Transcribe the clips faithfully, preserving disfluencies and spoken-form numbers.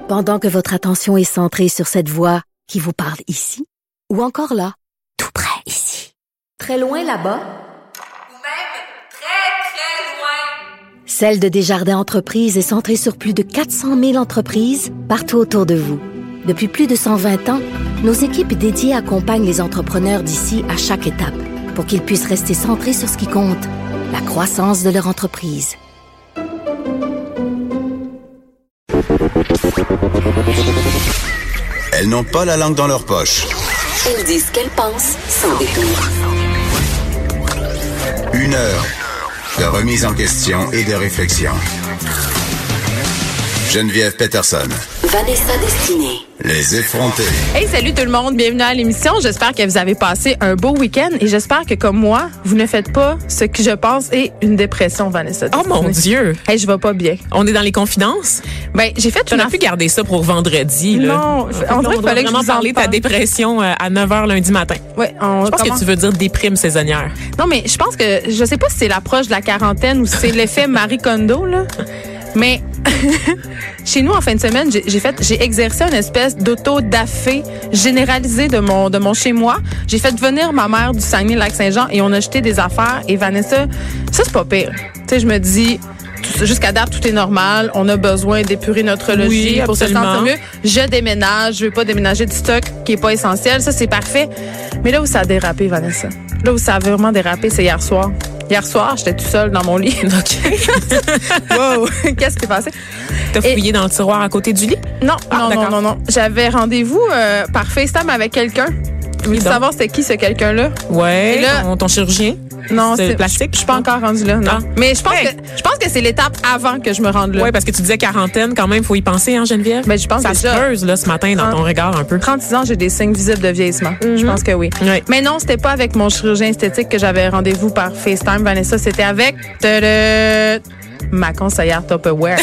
Pendant que votre attention est centrée sur cette voix qui vous parle ici, ou encore là, tout près ici, très loin là-bas, ou même très, très loin. Celle de Desjardins Entreprises est centrée sur plus de quatre cent mille entreprises partout autour de vous. Depuis plus de cent vingt ans, nos équipes dédiées accompagnent les entrepreneurs d'ici à chaque étape pour qu'ils puissent rester centrés sur ce qui compte, la croissance de leur entreprise. Elles n'ont pas la langue dans leur poche. Elles disent ce qu'elles pensent sans détour. Une heure de remise en question et de réflexion. Geneviève Peterson. Vanessa Destinée. Les effrontés. Hey, salut tout le monde, bienvenue à l'émission. J'espère que vous avez passé un beau week-end et j'espère que comme moi, vous ne faites pas ce que je pense est une dépression, Vanessa Destinée. Oh mon Dieu! Hey, je vais pas bien. On est dans les confidences? Ben, j'ai fait Tu une n'as pu garder ça pour vendredi, là. Non, on dirait qu'il fallait que je vraiment vous en parler de ta parle. dépression euh, à neuf heures lundi matin. Ouais, on Je pense commence- que tu veux dire déprime saisonnière. Non, mais je pense que je sais pas si c'est l'approche de la quarantaine ou si c'est l'effet Marie Kondo, là. Mais chez nous en fin de semaine, j'ai, j'ai fait, j'ai exercé une espèce d'auto-dafé généralisé de mon de mon chez moi. J'ai fait venir ma mère du Saguenay-Lac-Saint-Jean et on a jeté des affaires. Et Vanessa, ça c'est pas pire. Tu sais, je me dis. Jusqu'à date, tout est normal. On a besoin d'épurer notre logis Oui, pour se absolument. sentir mieux. Je déménage. Je veux pas déménager du stock qui est pas essentiel. Ça, c'est parfait. Mais là où ça a dérapé, Vanessa, là où ça a vraiment dérapé, c'est hier soir. Hier soir, j'étais tout seul dans mon lit. OK. Wow! Qu'est-ce qui s'est passé? T'as Et- fouillé dans le tiroir à côté du lit? Non, Ah, non, non, d'accord. non, non. J'avais rendez-vous euh, par FaceTime avec quelqu'un. Je voulais donc. savoir c'était qui ce quelqu'un-là. Ouais. Et là- ton, ton chirurgien? Non, C'est plastique, Je suis pas encore rendue là, non. Ah. Mais je pense Hey. que je pense que c'est l'étape avant que je me rende là. Oui, parce que tu disais quarantaine, quand même, faut y penser, hein, Geneviève? Ben, je pense Ça déjà. se creuse, là, ce matin, dans Ah. ton regard, un peu. trente-six ans, j'ai des signes visibles de vieillissement. Mhm. Je pense que oui. Oui. Mais non, c'était pas avec mon chirurgien esthétique que j'avais rendez-vous par FaceTime, Vanessa. C'était avec tadam, ma conseillère Tupperware.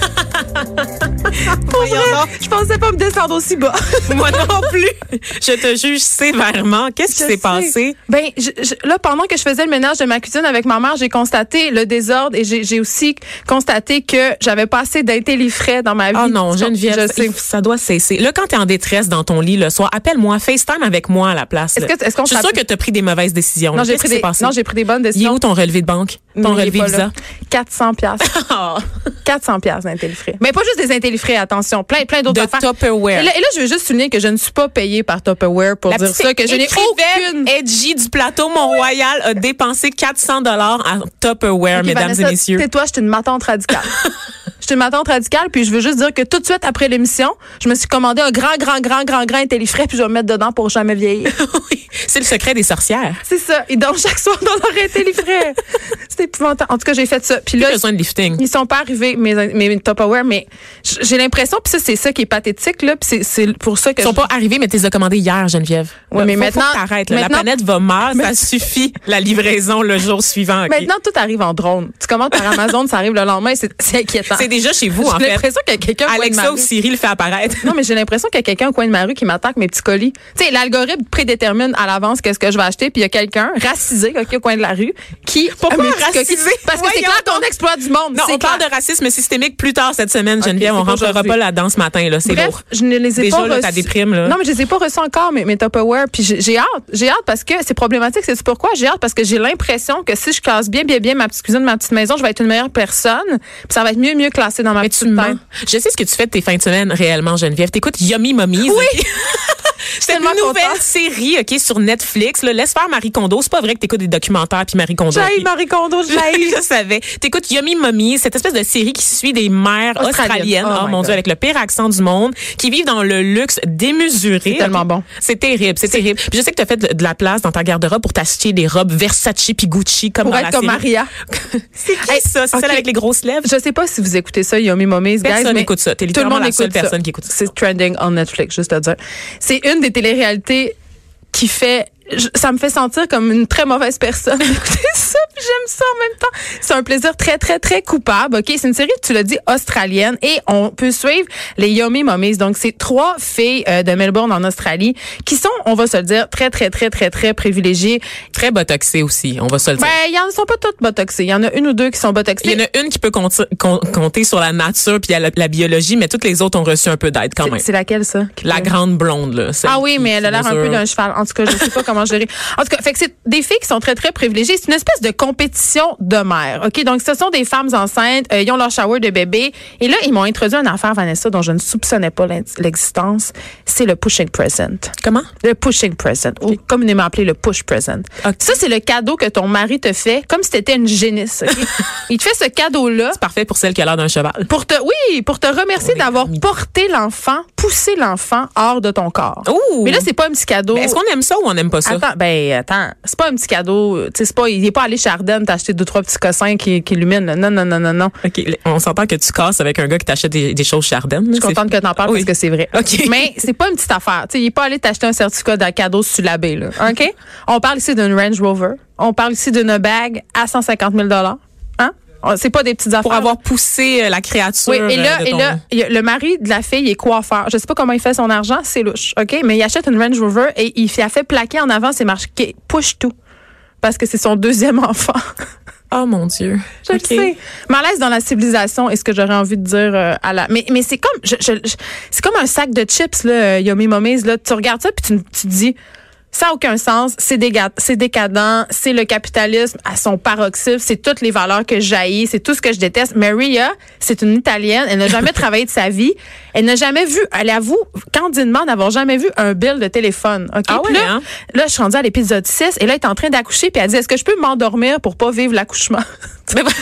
Pour vrai, je pensais pas me descendre aussi bas. Moi non plus. Je te juge sévèrement. Qu'est-ce qui Je s'est sais. passé? Ben, je, je- là, pendant que je faisais le ménage de ma cuisine avec ma mère, j'ai constaté le désordre et j'ai, j'ai aussi constaté que j'avais pas assez d'intellifrais dans ma vie. Oh non, Tu comprends? Geneviève, je ça, sais. il- ça doit cesser. Là, quand t'es en détresse dans ton lit le soir, appelle-moi, FaceTime avec moi à la place. Est-ce là. que- est-ce qu'on Je suis sûre s'appelle- que t'as pris des mauvaises décisions. Non, j'ai Qu'est-ce pris qui s'est des, passé? non, j'ai pris des bonnes Il est décisions. où ton relevé de banque? Ton Non, il est relevé pas Visa? là. quatre cents piastres. Oh. quatre cents piastres d'intellifrais. Mais pas juste des intellifrais, attention. Plein, plein d'autres De affaires. Tupperware. Et là, et là, je veux juste souligner que je ne suis pas payée par Tupperware pour La dire petite ça, que je n'ai écrivaine aucune... edgy du plateau Mont-Royal a dépensé quatre cents dollars à Tupperware, Ok, mesdames Vanessa, et messieurs. Tais-toi, je suis une matante radicale. Je suis une matante radicale, puis je veux juste dire que tout de suite après l'émission, je me suis commandé un grand, grand, grand, grand, grand intellifrais, puis je vais me mettre dedans pour jamais vieillir. Oui, c'est le secret des sorcières. C'est ça. Ils dorment chaque soir dans leur intellifrais. C'est épouvantable. En tout cas, j'ai fait ça. Puis là, Plus besoin de lifting. ils sont pas arrivés, mes, mes Tupperware, mais j- j'ai l'impression, puis ça, c'est ça qui est pathétique, là, puis c'est, c'est pour ça que Ils sont je- pas arrivés, mais tu les as commandés hier, Geneviève. Ouais, mais Faut- maintenant- faut que t'arrêtes, là. La maintenant- planète va mourir, Mais- ça suffit, la livraison le jour suivant. ok? Maintenant, tout arrive en drone. Tu commandes par Amazon, ça arrive le lendemain, c'est, c'est inquiétant. C'est déjà chez vous, en J'ai fait. l'impression qu'il y a quelqu'un au coin de ma Alexa ou rue. Siri le fait apparaître. Non, mais j'ai l'impression qu'il y a quelqu'un au coin de ma rue qui m'attaque mes petits colis. Tu sais, l'algorithme prédétermine à l'avance qu'est-ce que je vais acheter, puis il y a quelqu'un racisé ok, au coin de la rue qui Pourquoi a mes petits racisé? colis. Parce que c'est Voyons clair qu'on exploite du monde. Non, c'est on parle clair. de racisme systémique plus tard cette semaine, Geneviève. c'est on pas rentrera aujourd'hui. pas là-dedans ce matin, là. C'est Bref, lourd. je ne les ai Déjà, pas là, reçus. ta déprime, là. Non, mais je les ai pas reçus encore, mes, mes Tupperware. Puis j'ai, j'ai hâte. J'ai hâte parce que c'est problématique. C'est pourquoi j'ai hâte parce que j'ai l'impression que si je classe bien, bien, bien ma petite cuisine, ma petite maison, je vais être une meilleure personne. Puis ça va être mieux, mieux classé dans ma Mais petite tu mens. tête. Je sais ce que tu fais de tes fins de semaine réellement, Geneviève. T'écoutes Yummy Mummies. Oui. C'est une tellement nouvelle contente. série, OK, sur Netflix. Là. Laisse faire Marie Kondo. C'est pas vrai que t'écoutes des documentaires puis Marie Kondo. J'ai Puis- Marie Kondo, je l'ai. je savais. T'écoutes Yummy Mummy, cette espèce de série qui suit des mères Australienne. australiennes, Oh oh, my mon God. Dieu, avec le pire accent du monde, qui vivent dans le luxe démesuré. C'est tellement bon. C'est terrible, c'est terrible. Puis je sais que t'as fait de de la place dans ta garde-robe pour t'acheter des robes Versace puis Gucci comme Pour dans être la comme série. Maria. C'est qui Hey, ça? C'est ok. celle avec les grosses lèvres? Je sais pas si vous écoutez ça, Yummy Mummies, guys. Personne mais n'écoute ça. T'es tout le littéralement monde la seule écoute ça. personne qui écoute ça. C'est trending on Netflix, juste à dire. C'est une des téléréalités qui fait je, ça me fait sentir comme une très mauvaise personne d'écouter ça, puis j'aime ça en même temps. C'est un plaisir très, très, très coupable. OK, c'est une série, tu l'as dit, australienne, et on peut suivre les Yummy Mummies. Donc, c'est trois filles euh, de Melbourne en Australie qui sont, on va se le dire, très, très, très, très, très privilégiées. Très botoxées aussi, on va se le dire. Ben, ils en sont pas toutes botoxées. Il y en a une ou deux qui sont botoxées. Il y en a une qui peut compter, compter sur la nature puis la, la biologie, mais toutes les autres ont reçu un peu d'aide quand même. C'est laquelle, ça? La peut... grande blonde, là. Ah oui, mais elle a l'air un peu d'un cheval. En tout cas, je sais pas comment gérer. En tout cas, fait que c'est des filles qui sont très, très privilégiées. C'est une espèce de compétition de mère. OK? Donc, ce sont des femmes enceintes. Euh, ils ont leur shower de bébé. Et là, ils m'ont introduit une affaire, Vanessa, dont je ne soupçonnais pas l'existence. C'est le pushing present. Comment? Le pushing present. Okay. Ou communément appelé le push present. Okay. Ça, c'est le cadeau que ton mari te fait, comme si t'étais une génisse. Okay? Il te fait ce cadeau-là. C'est parfait pour celle qui a l'air d'un cheval. Pour te, oui, pour te remercier oui, d'avoir oui. porté l'enfant, poussé l'enfant hors de ton corps. Ouh. Mais là, c'est pas un petit cadeau. Mais est-ce qu'on aime ça ou on n'aime pas ça? Attends, ben, attends. C'est pas un petit cadeau. Tu sais, c'est pas, il est pas allé chez Ardennes t'acheter deux, trois petits cossins qui, qui illuminent. Non, non, non, non, non. OK. On s'entend que tu casses avec un gars qui t'achète des, des choses chez Ardennes. Je suis contente que t'en parles oui. parce que c'est vrai. OK. Mais c'est pas une petite affaire. Tu sais, il est pas allé t'acheter un certificat de cadeau sur l'abbé, là. OK? On parle ici d'une Range Rover. On parle ici d'une bague à cent cinquante mille dollars. Hein? C'est pas des petites affaires. Pour avoir poussé la créature. Oui, et là, de et ton... là, le mari de la fille est coiffeur. Je sais pas comment il fait son argent, c'est louche, OK? Mais il achète une Range Rover et il a fait plaquer en avant, c'est marqué push tout. Parce que c'est son deuxième enfant. Oh mon Dieu. Je le okay. sais. Malaise dans la civilisation est ce que j'aurais envie de dire euh, à la. Mais mais c'est comme je, je, je, c'est comme un sac de chips là, Yummy Mummies là. Tu regardes ça puis tu, tu te dis. Ça n'a aucun sens, c'est déga- c'est décadent, c'est le capitalisme à son paroxysme, c'est toutes les valeurs que j'haïs, c'est tout ce que je déteste. Maria, c'est une Italienne, elle n'a jamais travaillé de sa vie, elle n'a jamais vu, elle avoue candidement n'avoir jamais vu un bill de téléphone. Okay? Ah ouais, là, hein? là, je suis rendue à l'épisode six et là, elle est en train d'accoucher puis elle dit, est-ce que je peux m'endormir pour pas vivre l'accouchement? C'est comme,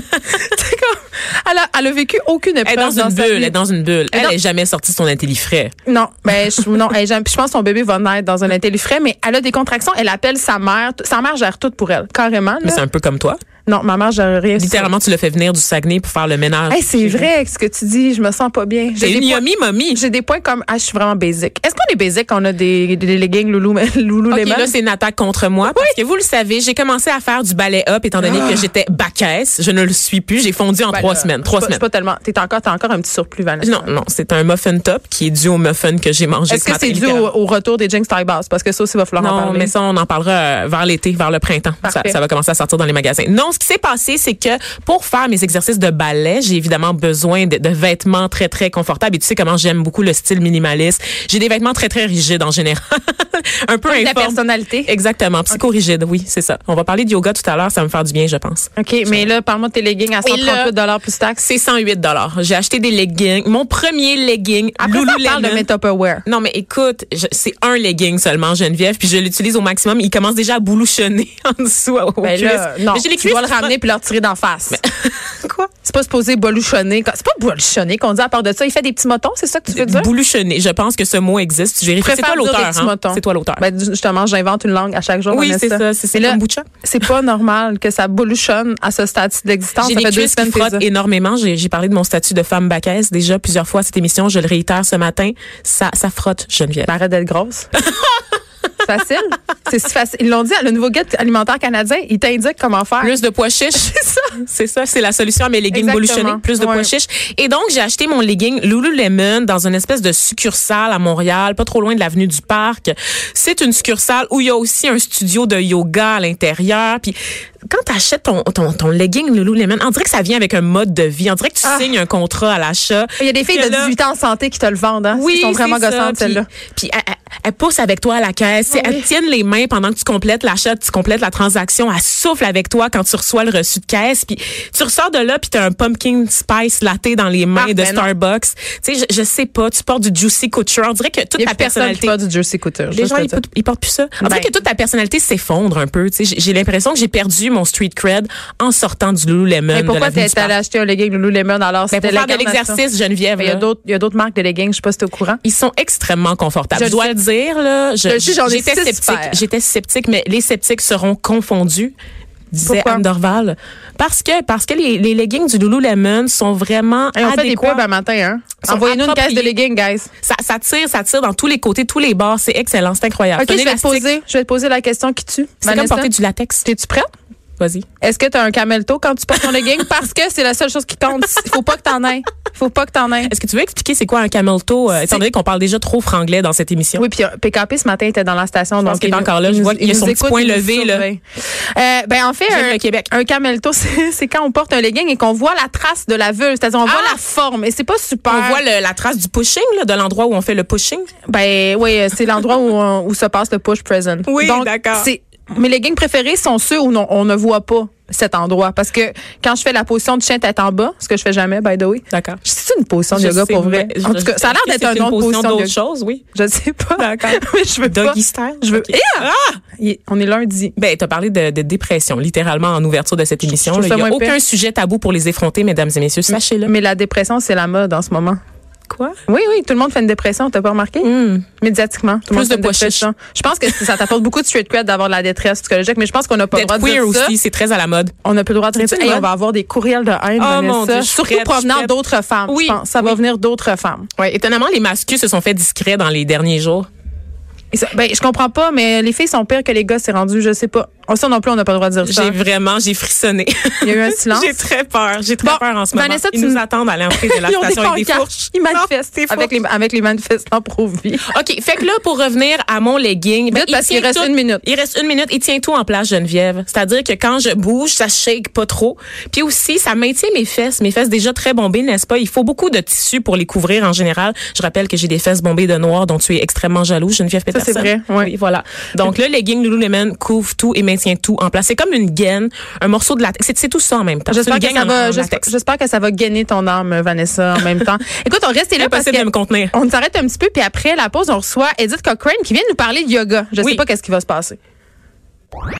elle a, elle a vécu aucune épreuve elle est dans, dans une sa bulle, vie. Elle est dans une bulle. Elle n'est jamais sortie de son intellifrais. Non, ben je, non, elle, je pense que son bébé va naître dans un intellifrais, mais elle a des contractions. Elle appelle sa mère. Sa mère gère tout pour elle, carrément. Là. Mais c'est un peu comme toi. Non, ma mère gère rien. Littéralement, tu l'as fait venir du Saguenay pour faire le ménage. Hey, c'est vrai ce que tu dis. Je me sens pas bien. J'ai une Yummy Mummy. J'ai des points comme ah, je suis vraiment basic. Est-ce qu'on est basic quand on a des, des leggings Loulou Loulou okay, Lemon? Là, c'est une attaque contre moi parce oui. que vous le savez, j'ai commencé à faire du ballet up étant donné ah. que j'étais baquesse. Je ne le suis plus. J'ai fondu en ben trois là, semaines. Trois semaines. C'est pas tellement. T'es encore, t'as encore un petit surplus, Vanessa. Non, non, c'est un muffin top qui est dû au muffin que j'ai mangé Est-ce ce matin. Est-ce que c'est dû au, au retour des Jinx Taille Basse? Parce que ça aussi, va falloir non, en parler. Non, mais ça, on en parlera vers l'été, vers le printemps. Ça, ça va commencer à sortir dans les magasins. Non, ce qui s'est passé, c'est que pour faire mes exercices de ballet, j'ai évidemment besoin de, de vêtements très, très confortables. Et tu sais comment j'aime beaucoup le style minimaliste. J'ai des vêtements très, très rigides en général. Un peu informes. La personnalité. Exactement. Psycho-rigide, oui, c'est ça. On va parler de yoga tout à l'heure. Ça va me faire du bien, je pense. OK, je... mais là, parle-moi de tes leggings à cent trente-huit dollars plus taxes. C'est cent huit dollars. J'ai acheté des leggings. Mon premier legging, Après Lululemon. ça, on parle de mes Tupperware. Non, mais écoute, je, c'est un legging seulement, Geneviève, puis je l'utilise au maximum. Il commence déjà à boulouchonner en dessous. Au ben là, non, mais j'ai les tu dois le ramener puis le retirer d'en face. Mais... Quoi? C'est pas supposé boulouchonner. C'est pas boulouchonner qu'on dit à part de ça. Il fait des petits motons, c'est ça que tu veux dire? Boulouchonner. Je pense que ce mot existe. J'ai vérifié. C'est toi l'auteur. Hein? C'est toi l'auteur. Ben, justement, j'invente une langue à chaque jour. Oui, c'est ça. C'est, c'est là, kombucha. C'est pas normal que ça boulouchonne à ce stade d'existence. J'ai ça des fait deux cuisses qui frottent énormément. J'ai, j'ai parlé de mon statut de femme baquesse déjà plusieurs fois à cette émission. Je le réitère ce matin. Ça, ça frotte, Geneviève. Ben, arrête d'être grosse. C'est facile. C'est si facile. Ils l'ont dit, le nouveau guide alimentaire canadien, il t'indique comment faire. Plus de pois chiches. C'est ça. C'est ça. C'est la solution à mes leggings boulouchonnés. Plus de ouais. pois chiches. Et donc, j'ai acheté mon legging Lululemon dans une espèce de succursale à Montréal, pas trop loin de l'avenue du Parc. C'est une succursale où il y a aussi un studio de yoga à l'intérieur. Puis, quand tu achètes ton, ton, ton legging Lululemon, on dirait que ça vient avec un mode de vie. On dirait que tu ah. signes un contrat à l'achat. Il y a des filles de dix-huit ans en santé qui te le vendent. Hein? Oui, Ils sont vraiment gossantes, celles-là. Puis, elle, elle, elle pousse avec toi à la caisse. Oui. Elle tienne les mains pendant que tu complètes l'achat, tu complètes la transaction. Elle souffle avec toi quand tu reçois le reçu de caisse. Puis, tu ressors de là, puis tu as un pumpkin spice latte dans les mains ah, de ben Starbucks. Tu sais, je, je sais pas. Tu portes du Juicy Couture. On dirait que toute ta personnalité... Il y a plus personne qui porte du Juicy Couture. Les gens, ils, ils portent plus ça. On ben. dirait que toute ta personnalité s'effondre un peu. Tu sais, j'ai, j'ai l'impression que j'ai perdu mon street cred en sortant du Lululemon. Mais pourquoi t'es allé acheter un legging Lululemon alors? Ben pour faire de l'exercice, Geneviève. Il y a d'autres, il y a d'autres marques de leggings, je sais pas si t'es au courant. Ils sont extrêmement confortables. Je, je dois le dire, là. Je, je sais, j'en ai j'étais sceptique. J'étais sceptique, mais les sceptiques seront confondus. disait Pourquoi? Anne Dorval. Parce que parce que les, les leggings du Lululemon sont vraiment Hey, on fait des adéquats. pubs à matin, hein? Sont Envoyez-nous une caisse de appropriés. leggings, guys. Ça, ça tire, ça tire dans tous les côtés, tous les bords. C'est excellent, c'est incroyable. OK, C'est un je vais te élastique. poser, je vais te poser la question qui tue. C'est comme Vanessa, porter du latex. T'es-tu prête? Vas-y. Est-ce que tu as un camel toe quand tu portes ton legging? Parce que c'est la seule chose qui compte. Il faut pas que t'en aies. Faut pas que t'en aies. Est-ce que tu veux expliquer c'est quoi un camel toe, euh, étant donné qu'on parle déjà trop franglais dans cette émission? Oui, puis euh, P K P ce matin était dans la station. Je pense donc qu'il est il encore là. nous- Je vois il qu'il y a nous son petit écoute, point il nous levé, là. surveille. Euh, ben, en fait, J'aime un, le Québec. un camel toe, c'est, c'est quand on porte un legging et qu'on voit la trace de la vulve. C'est-à-dire, on voit Ah! la forme. Et c'est pas super. On voit le- la trace du pushing, là, de l'endroit où on fait le pushing. Ben, oui, c'est l'endroit où, on- où se passe le push present. Oui, donc, d'accord. C'est, mes leggings préférés sont ceux où non- on ne voit pas cet endroit. Parce que quand je fais la position de chien tête en bas, ce que je fais jamais, by the way. D'accord. C'est une position de Je yoga sais, pour vrai. mais- En tout cas, ça a l'air est-ce d'être que un c'est autre une position de d'autre yoga. chose, oui. Je sais pas. D'accord. Mais je veux pas. Doggy style. Je veux. Ok. Eh! Ah! Il- On est lundi. Ben, t'as parlé de, de dépression, littéralement, en ouverture de cette émission. trouve là. ça Il n'y a moins aucun pire. sujet tabou pour les effronter, mesdames et messieurs. Sachez-le. Mais la dépression, c'est la mode en ce moment. Quoi? Oui, oui, tout le monde fait une dépression, t'as pas remarqué? Hmm. Médiatiquement. Tout le Plus monde fait de une pois dépression. Je pense que ça t'apporte beaucoup de street cred d'avoir de la détresse psychologique, mais je pense qu'on n'a pas le D'être droit de queer dire ça. aussi, c'est très à la mode. On n'a plus le droit de dire ça. C'est une Hey, on mode. va avoir des courriels de haine, Oh, mon Vanessa. Dieu, je suis Surtout prête, je suis provenant prête. d'autres femmes, Oui, je pense. Ça va oui. venir d'autres femmes. Ouais, étonnamment, les masculins se sont fait discrets dans les derniers jours. Et ça- ben, je comprends pas, mais les filles sont pires que les gars, c'est rendu, je sais pas. Oh, ça non plus, on n'a pas le droit de dire ça. J'ai vraiment, j'ai frissonné. Il y a eu un silence. J'ai très peur. J'ai très Bon, peur en ce moment. Vanessa, Ils tu nous me- attendent à l'entrée de la Ils ont des station avec des pancartes. fourches. Ils manifestent Non, c'est avec les, avec les manifestants pro-vie. OK, fait que là, pour revenir à mon legging, ben, Vite, parce tient qu'il reste tout- une minute. Il reste une minute. Il tient tout en place, Geneviève. C'est-à-dire que quand je bouge, ça shake pas trop. Puis aussi, ça maintient mes fesses. Mes fesses déjà très bombées, n'est-ce pas? Il faut beaucoup de tissu pour les couvrir en général. Je rappelle que j'ai des fesses bombées de noir dont tu es extrêmement jaloux, Geneviève Peterson. c'est vrai, ouais. Oui, voilà. Donc, le legging Lululemon couvre tout et maintient tout en place. C'est comme une gaine, un morceau de latex. C'est, c'est tout ça en même temps. J'espère C'est que une ça gaine en- va, en j'espère, latex. j'espère que ça va gainer ton âme, Vanessa, en même temps. Écoute, on reste là parce Impossible que de me contenir. on s'arrête un petit peu, puis après la pause, on reçoit Edith Cochrane qui vient nous parler de yoga. Je Oui. sais pas qu'est-ce qui va se passer.